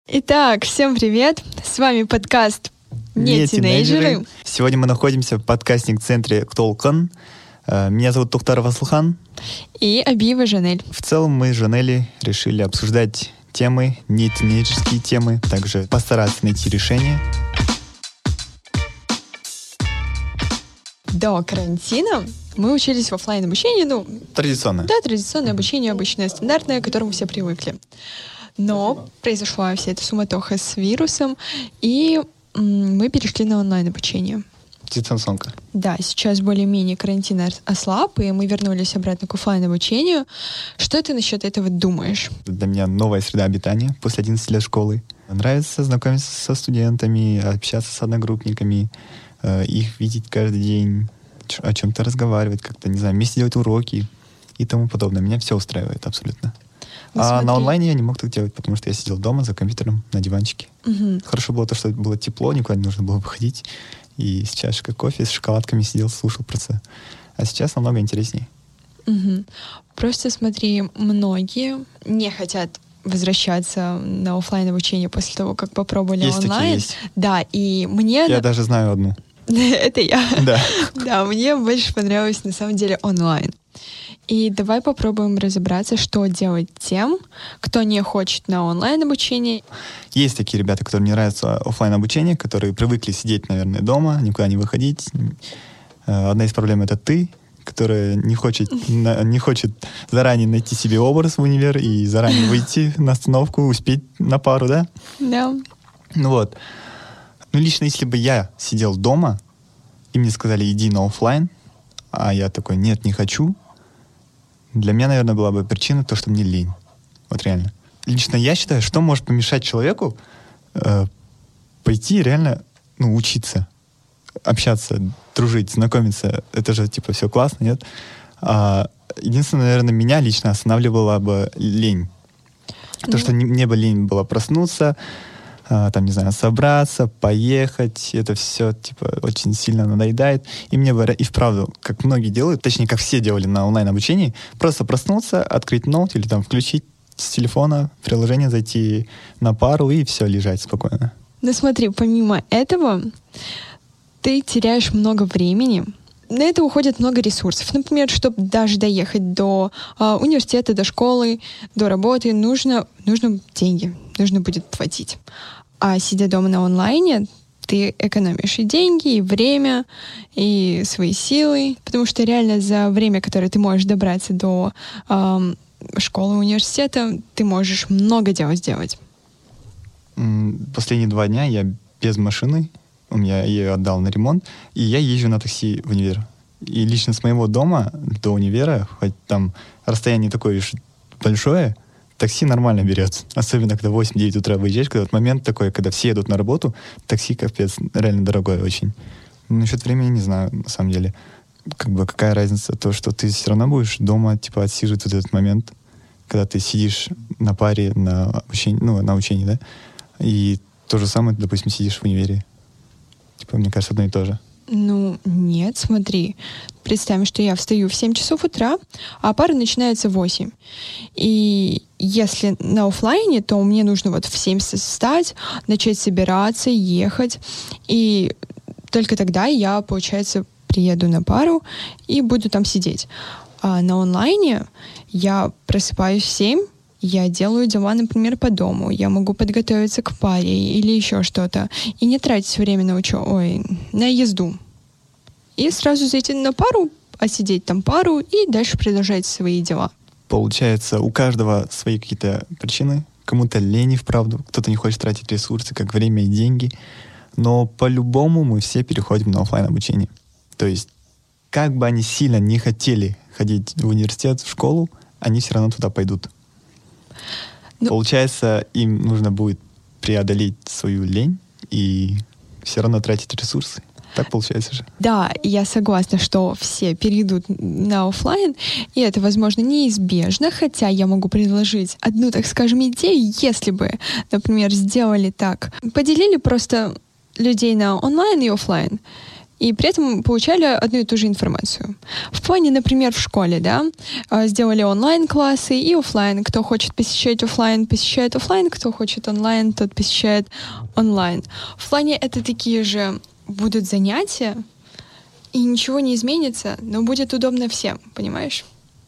Итак, всем привет! С вами подкаст «Не тинейджеры». Сегодня мы находимся в подкастинг-центре «Ктолкан». Меня зовут Тухтаров Аслхан. И Абиева Жанель. В целом мы с Жанелей решили обсуждать темы, не тинейджерские темы, также постараться найти решение. До карантина мы учились в офлайн обучении, Традиционно. Да, традиционное обучение, обычное, стандартное, к которому все привыкли. Но произошла вся эта суматоха с вирусом, и мы перешли на онлайн-обучение. Дистанционка. Да, сейчас более-менее карантин ослаб, и мы вернулись обратно к офлайн-обучению. Что ты насчет этого думаешь? Для меня новая среда обитания после 11 лет школы. Нравится знакомиться со студентами, общаться с одногруппниками, их видеть каждый день, о чем-то разговаривать, как-то, не знаю, вместе делать уроки и тому подобное. Меня все устраивает абсолютно. На онлайне я не мог так делать, потому что я сидел дома за компьютером на диванчике. Угу. Хорошо было то, что было тепло, никуда не нужно было выходить. И с чашкой кофе, с шоколадками сидел, слушал про это. А сейчас намного интереснее. Угу. Просто смотри, многие не хотят возвращаться на офлайн обучение после того, как попробовали есть онлайн. Такие, есть. Да, и мне... Я даже знаю одну. Это я. Да. Да, мне больше понравилось на самом деле онлайн. И давай попробуем разобраться, что делать тем, кто не хочет на онлайн-обучение. Есть такие ребята, которым не нравится офлайн-обучение, которые привыкли сидеть, наверное, дома, никуда не выходить. Одна из проблем — это ты, которая не хочет заранее найти себе образ в универ и заранее выйти на остановку, успеть на пару, да? Да. Лично если бы я сидел дома, и мне сказали, иди на офлайн, а я такой, нет, не хочу, для меня, наверное, была бы причина то, что мне лень. Вот реально. Лично я считаю, что может помешать человеку пойти реально, учиться, общаться, дружить, знакомиться. Это же, все классно, нет? Единственное, наверное, меня лично останавливала бы лень. То, что мне бы лень было проснуться, собраться, поехать, это все, очень сильно надоедает. И мне бы, и вправду, как многие делают, точнее, как все делали на онлайн-обучении, просто проснуться, открыть ноут или включить с телефона приложение, зайти на пару и все, лежать спокойно. Смотри, помимо этого, ты теряешь много времени. На это уходит много ресурсов. Например, чтобы даже доехать до университета, до школы, до работы, нужно деньги, нужно будет платить. А сидя дома на онлайне, ты экономишь и деньги, и время, и свои силы, потому что реально за время, которое ты можешь добраться до школы, университета, ты можешь много дел сделать. Последние 2 дня я без машины, я ее отдал на ремонт, и я езжу на такси в универ. И лично с моего дома до универа, хоть там расстояние такое уж большое, такси нормально берет. Особенно, когда в 8-9 утра выезжаешь, когда момент такой, когда все едут на работу, такси, капец, реально дорогое очень. Насчет времени не знаю, на самом деле. Какая разница, то, что ты все равно будешь дома, отсиживать вот этот момент, когда ты сидишь на паре, на учении, да? И то же самое, допустим, сидишь в универе. Мне кажется, одно и то же. Нет, смотри. Представим, что я встаю в 7 часов утра, а пара начинается в 8. И если на офлайне, то мне нужно в 7 встать, начать собираться, ехать. И только тогда я, получается, приеду на пару и буду там сидеть. А на онлайне я просыпаюсь в 7, я делаю дела, например, по дому. Я могу подготовиться к паре или еще что-то. И не тратить время на на езду. И сразу зайти на пару, отсидеть там пару и дальше продолжать свои дела. Получается, у каждого свои какие-то причины. Кому-то лень, вправду. Кто-то не хочет тратить ресурсы, как время и деньги. Но по-любому мы все переходим на офлайн обучение. То есть, как бы они сильно не хотели ходить в университет, в школу, они все равно туда пойдут. Получается, им нужно будет преодолеть свою лень и все равно тратить ресурсы. Так получается же. Да, я согласна, что все перейдут на офлайн, и это, возможно, неизбежно, хотя я могу предложить одну, так скажем, идею, если бы, например, сделали так. Поделили просто людей на онлайн и офлайн. и при этом получали одну и ту же информацию. В плане, например, в школе, да, сделали онлайн-классы и офлайн. Кто хочет посещать офлайн, посещает офлайн, кто хочет онлайн, тот посещает онлайн. В плане это такие же будут занятия, и ничего не изменится, но будет удобно всем, понимаешь?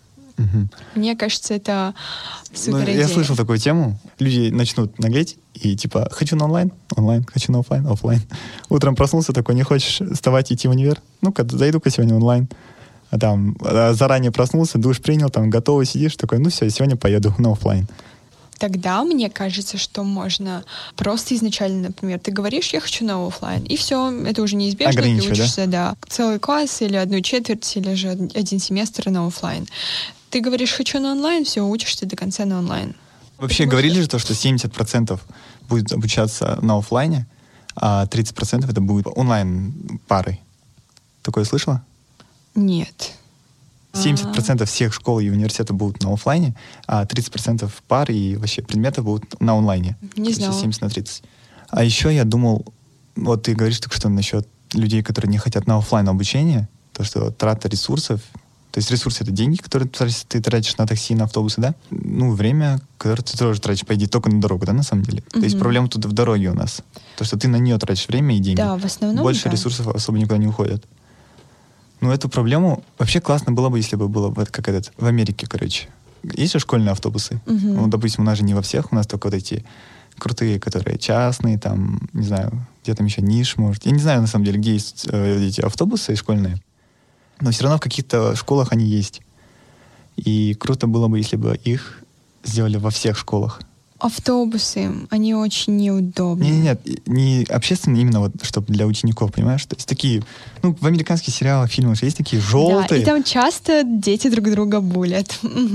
Мне кажется, это супер идея. Я слышал такую тему. Люди начнут наглеть и типа хочу на онлайн, хочу на офлайн. Утром проснулся такой, не хочешь вставать идти в универ? Ну-ка, зайду-ка сегодня онлайн. А там заранее проснулся, душ принял, там готовый сидишь, такой, ну все, сегодня поеду на офлайн. Тогда мне кажется, что можно просто изначально, например, ты говоришь, я хочу на офлайн, и все, это уже неизбежно, ты учишься, да, целый класс или одну четверть, или же один семестр на офлайн. Ты говоришь, хочу на онлайн, все, учишься до конца на онлайн. Вообще говорили же то, что 70% будет обучаться на офлайне, а 30% это будет онлайн пары. Такое слышала? Нет. 70% всех школ и университетов будут на офлайне, а 30% пар и вообще предметов будут на онлайне. Не знала. 70/30. А еще я думал, вот ты говоришь только что насчет людей, которые не хотят на офлайн обучение, то, что трата ресурсов, то есть ресурсы — это деньги, которые ты тратишь на такси, на автобусы, да? Ну, время, которое ты тоже тратишь, по идее, только на дорогу, да, на самом деле? То есть проблема тут в дороге у нас. То, что ты на нее тратишь время и деньги. Да, в основном, больше да. ресурсов особо никуда не уходят. Ну, эту проблему вообще классно было бы, если бы было вот как в Америке, короче. Есть же школьные автобусы. Ну, допустим, у нас же не во всех, у нас только вот эти крутые, которые частные, там, не знаю, где там еще Ниш, может. Я не знаю, на самом деле, где есть эти автобусы школьные, но все равно в каких-то школах они есть. И круто было бы, если бы их сделали во всех школах. Автобусы, они очень неудобны. Нет, не общественные, именно вот, чтобы для учеников, понимаешь? То есть такие, ну, в американских сериалах, фильмах же есть такие желтые. Да, и там часто дети друг друга булят.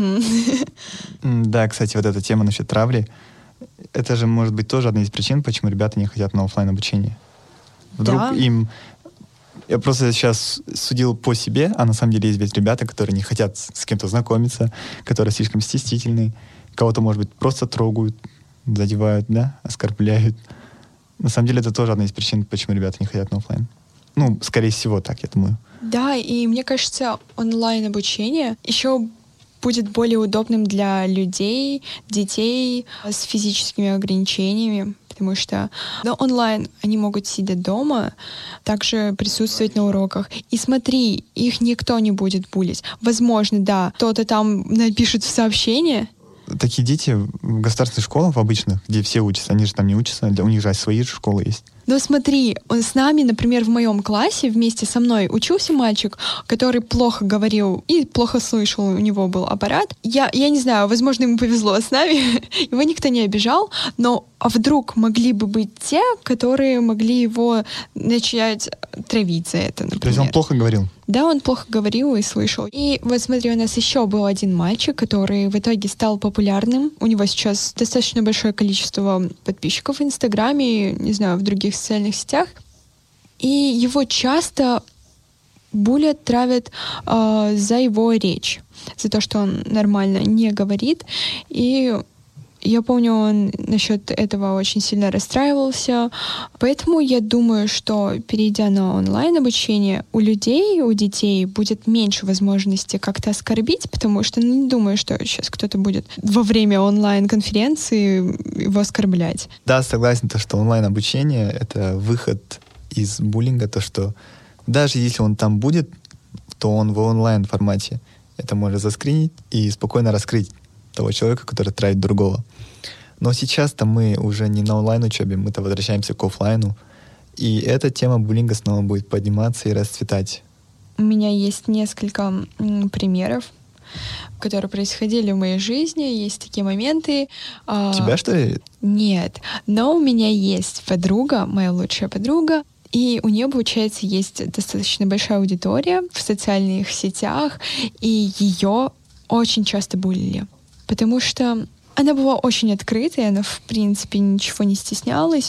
Да, кстати, вот эта тема насчет травли, это же может быть тоже одна из причин, почему ребята не хотят на офлайн обучение. Вдруг им... Я просто сейчас судил по себе, а на самом деле есть ведь ребята, которые не хотят с кем-то знакомиться, которые слишком стеснительные, кого-то, может быть, просто трогают, задевают, да, оскорбляют. На самом деле это тоже одна из причин, почему ребята не хотят на офлайн. Ну, скорее всего, так, я думаю. Да, и мне кажется, онлайн-обучение еще будет более удобным для людей, детей с физическими ограничениями, потому что онлайн они могут, сидя дома, также присутствовать на уроках. И смотри, их никто не будет булить. Возможно, да, кто-то там напишет в сообщение. Такие дети в государственных школах, в обычных, где все учатся, они же там не учатся, у них же свои школы есть. Но смотри, он с нами, например, в моем классе вместе со мной учился мальчик, который плохо говорил и плохо слышал, у него был аппарат. Я не знаю, возможно, ему повезло с нами, его никто не обижал, но вдруг могли бы быть те, которые могли его начать травить за это, например. То есть он плохо говорил? Да, он плохо говорил и слышал. И вот смотри, у нас еще был один мальчик, который в итоге стал популярным. У него сейчас достаточно большое количество подписчиков в Инстаграме, не знаю, в других социальных сетях. И его часто булят, травят за его речь, за то, что он нормально не говорит. И я помню, он насчет этого очень сильно расстраивался. Поэтому я думаю, что, перейдя на онлайн-обучение, у людей, у детей будет меньше возможности как-то оскорбить, потому что не думаю, что сейчас кто-то будет во время онлайн-конференции его оскорблять. Да, согласен, что онлайн-обучение — это выход из буллинга, то, что даже если он там будет, то он в онлайн-формате это может заскринить и спокойно раскрыть того человека, который травит другого. Но сейчас-то мы уже не на онлайн-учебе, мы-то возвращаемся к офлайну, и эта тема буллинга снова будет подниматься и расцветать. У меня есть несколько примеров, которые происходили в моей жизни, есть такие моменты. У тебя, что ли? Нет, но у меня есть подруга, моя лучшая подруга, и у нее, получается, есть достаточно большая аудитория в социальных сетях, и ее очень часто буллили. Потому что она была очень открытой, она, в принципе, ничего не стеснялась.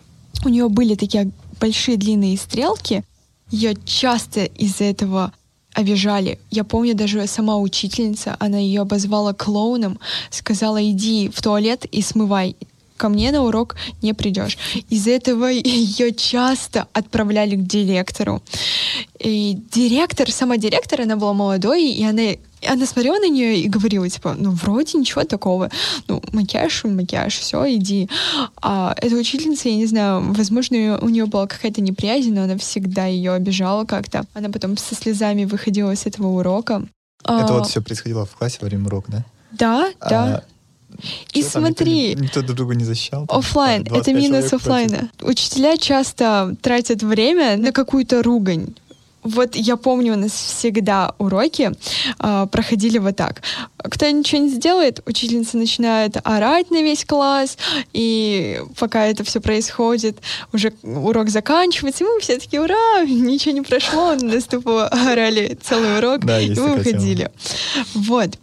У нее были такие большие длинные стрелки. Ее часто из-за этого обижали. Я помню, даже сама учительница, она ее обозвала клоуном, сказала: иди в туалет и смывай ко мне на урок не придешь. Из-за этого ее часто отправляли к директору. И сама директор, она была молодой, и она смотрела на нее и говорила, типа, ну, вроде ничего такого. Ну, макияж, все, иди. А эта учительница, я не знаю, возможно, у нее была какая-то неприязнь, но она всегда ее обижала как-то. Она потом со слезами выходила с этого урока. Это вот все происходило в классе во время урока, да? Да. И смотри, никто друг друга не защищал. Оффлайн, это минус оффлайна. Учителя часто тратят время на какую-то ругань. Вот я помню, у нас всегда уроки проходили вот так. Кто ничего не сделает, учительница начинает орать на весь класс, и пока это все происходит, уже урок заканчивается, и мы все такие, ура, ничего не прошло, нас тупо орали целый урок, да, и мы уходили. Вот.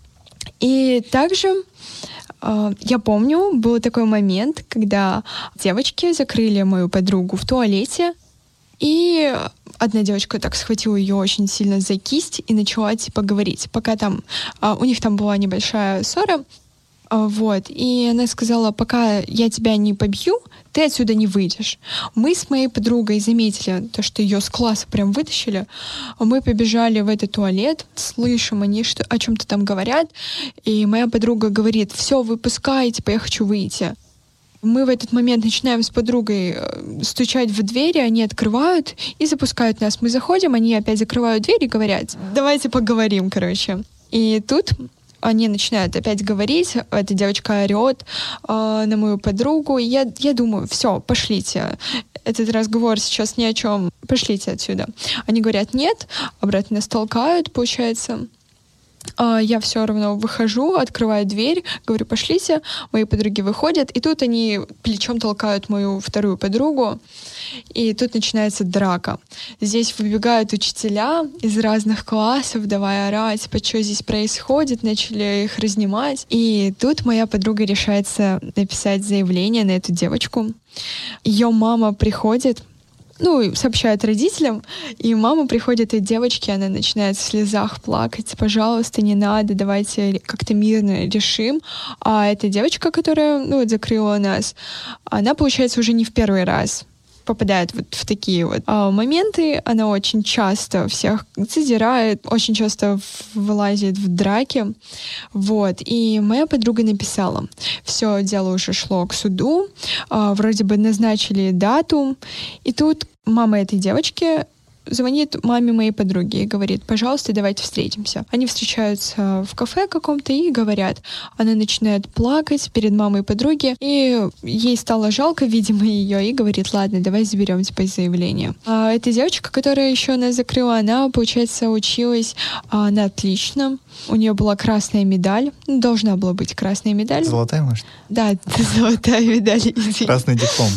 И также я помню, был такой момент, когда девочки закрыли мою подругу в туалете, и одна девочка так схватила ее очень сильно за кисть и начала типа говорить, пока там у них там была небольшая ссора, вот, и она сказала, пока я тебя не побью, ты отсюда не выйдешь. Мы с моей подругой заметили то, что ее с класса прям вытащили. Мы побежали в этот туалет, слышим, они о чем-то там говорят, и моя подруга говорит, все, выпускай, типа, я хочу выйти. Мы в этот момент начинаем с подругой стучать в двери, они открывают и запускают нас. Мы заходим, они опять закрывают дверь и говорят, давайте поговорим, короче. И тут они начинают опять говорить, эта девочка орет на мою подругу, и я думаю, все, пошлите. Этот разговор сейчас ни о чем, пошлите отсюда. Они говорят нет, обратно нас толкают, получается. Я все равно выхожу, открываю дверь, говорю, пошлите, мои подруги выходят, и тут они плечом толкают мою вторую подругу, и тут начинается драка. Здесь выбегают учителя из разных классов, давай орать, что здесь происходит, начали их разнимать, и тут моя подруга решается написать заявление на эту девочку. Ее мама приходит, сообщают родителям, и мама приходит от девочки, она начинает в слезах плакать, пожалуйста, не надо, давайте как-то мирно решим. А эта девочка, которая, закрыла нас, она, получается, уже не в первый раз попадает вот в такие вот моменты. Она очень часто всех задирает, очень часто вылазит в драки. Вот. И моя подруга написала. Все, дело уже шло к суду. Вроде бы назначили дату. И тут мама этой девочки звонит маме моей подруги и говорит, пожалуйста, давайте встретимся. Они встречаются в кафе каком-то и говорят. Она начинает плакать перед мамой подруги, и ей стало жалко, видимо, ее, и говорит, ладно, давай заберем типа заявление. А эта девочка, которая еще нас закрыла, она, получается, училась на отлично. У нее была красная медаль. Должна была быть красная медаль. Золотая, может? Да, золотая медаль. Красный диплом.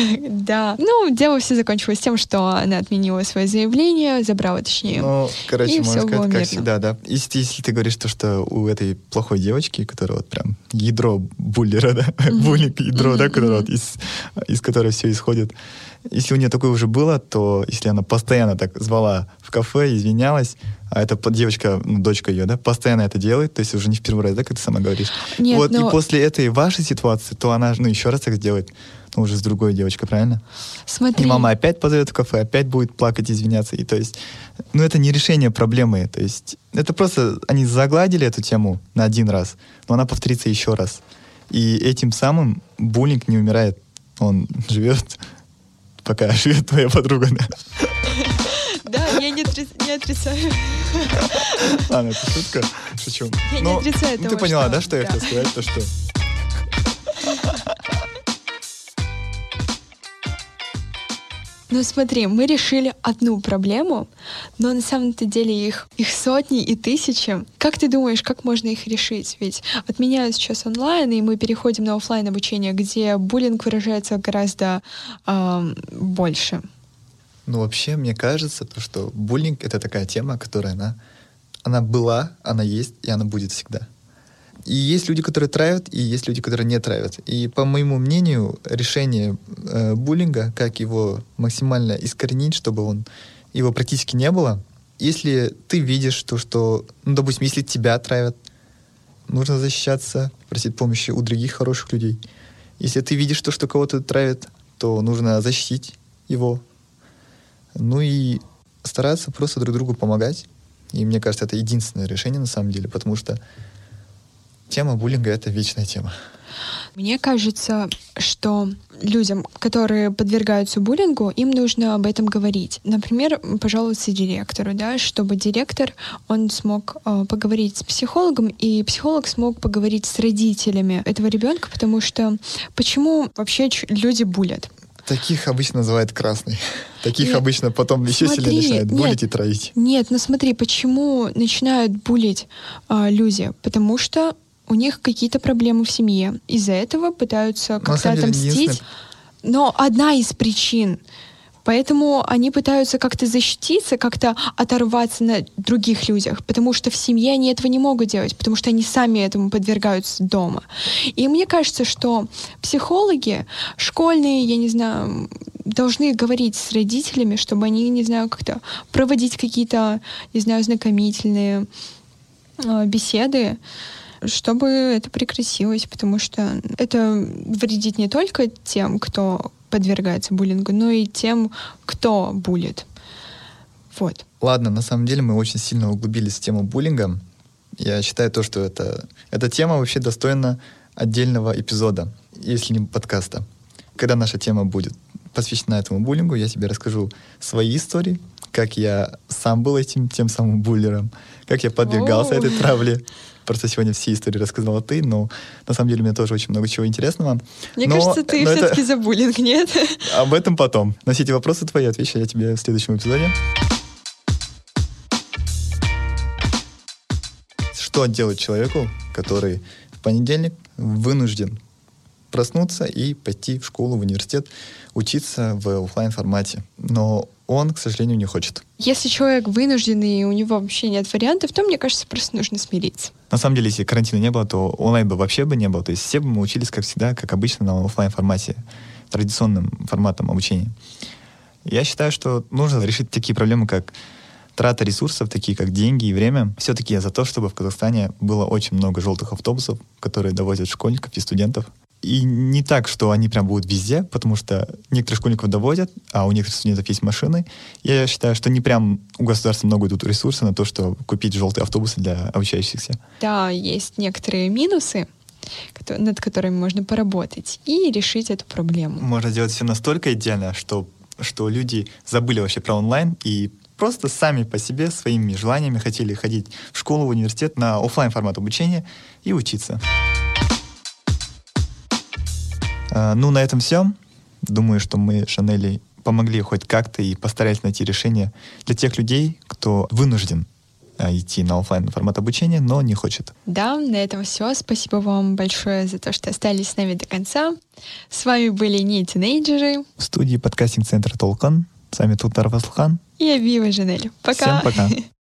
Да. Дело все закончилось тем, что она отменила свое заявление, забрала, точнее. Можно сказать, как всегда, да. Если ты говоришь то, что у этой плохой девочки, которая вот прям ядро буллера, да, буллинг, ядро, да, которое вот из которой все исходит. Если у нее такое уже было, то если она постоянно так звала в кафе, извинялась, а эта девочка, дочка ее, да, постоянно это делает, то есть уже не в первый раз, да, как ты сама говоришь. Нет, вот, и после этой вашей ситуации, то она, еще раз так сделает, уже с другой девочкой, правильно? Смотри. И мама опять позовет в кафе, опять будет плакать, извиняться. И то есть, это не решение проблемы. То есть, это просто они загладили эту тему на один раз, но она повторится еще раз. И этим самым буллинг не умирает. Он живет, пока живет твоя подруга, да? Да, я не отрицаю. Ладно, это шутка. Шучу. Я не отрицаю того, ты поняла, да, что я хотел сказать? То, что... Смотри, мы решили одну проблему, но на самом-то деле их сотни и тысячи. Как ты думаешь, как можно их решить? Ведь отменяют сейчас онлайн, и мы переходим на офлайн обучение, где буллинг выражается гораздо больше. Вообще, мне кажется, что буллинг — это такая тема, которая она была, она есть, и она будет всегда. И есть люди, которые травят, и есть люди, которые не травят. И, по моему мнению, решение буллинга, как его максимально искоренить, чтобы его практически не было, если ты видишь то, что, допустим, если тебя травят, нужно защищаться, просить помощи у других хороших людей. Если ты видишь то, что кого-то травит, то нужно защитить его. Ну и стараться просто друг другу помогать. И мне кажется, это единственное решение на самом деле, потому что тема буллинга — это вечная тема. Мне кажется, что людям, которые подвергаются буллингу, им нужно об этом говорить. Например, пожаловаться директору, да, чтобы директор, он смог поговорить с психологом, и психолог смог поговорить с родителями этого ребенка, потому что почему вообще люди буллят? Таких обычно называют красный. Таких обычно потом еще сильнее начинают буллить и травить. Нет, ну смотри, почему начинают буллить люди? Потому что у них какие-то проблемы в семье. Из-за этого пытаются как-то отомстить. Но одна из причин. Поэтому они пытаются как-то защититься, как-то оторваться на других людях, потому что в семье они этого не могут делать, потому что они сами этому подвергаются дома. И мне кажется, что психологи, школьные, я не знаю, должны говорить с родителями, чтобы они, не знаю, как-то проводить какие-то, не знаю, знакомительные беседы, чтобы это прекратилось, потому что это вредит не только тем, кто подвергается буллингу, но и тем, кто буллит. Вот. Ладно, на самом деле мы очень сильно углубились в тему буллинга. Я считаю то, что эта тема вообще достойна отдельного эпизода, если не подкаста. Когда наша тема будет посвящена этому буллингу, я тебе расскажу свои истории, как я сам был тем самым буллером, как я подвергался этой травле. Просто сегодня все истории рассказала ты, но на самом деле у меня тоже очень много чего интересного. Мне кажется, ты все-таки за буллинг, нет? Об этом потом. На все эти вопросы твои отвечу я тебе в следующем эпизоде. Что делать человеку, который в понедельник вынужден проснуться и пойти в школу, в университет, учиться в офлайн формате, но он, к сожалению, не хочет. Если человек вынужден и у него вообще нет вариантов, то, мне кажется, просто нужно смириться. На самом деле, если карантина не было, то онлайн бы вообще бы не было. То есть все бы мы учились, как всегда, как обычно, на офлайн формате, традиционным форматом обучения. Я считаю, что нужно решить такие проблемы, как трата ресурсов, такие как деньги и время. Все-таки я за то, чтобы в Казахстане было очень много желтых автобусов, которые довозят школьников и студентов. И не так, что они прям будут везде, потому что некоторых школьников доводят, а у некоторых студентов есть машины. Я считаю, что не прям у государства много идут ресурсы на то, чтобы купить желтые автобусы для обучающихся. Да, есть некоторые минусы, над которыми можно поработать и решить эту проблему. Можно сделать все настолько идеально, что люди забыли вообще про онлайн и просто сами по себе, своими желаниями хотели ходить в школу, в университет на офлайн формат обучения и учиться. Ну, на этом все. Думаю, что мы с Жанелей помогли хоть как-то и постарались найти решение для тех людей, кто вынужден идти на офлайн формат обучения, но не хочет. Да, на этом все. Спасибо вам большое за то, что остались с нами до конца. С вами были не тинейджеры. В студии подкастинг-центра Толкан. С вами Тутаров Аслхан. И Авива Жанель. Пока. Всем пока.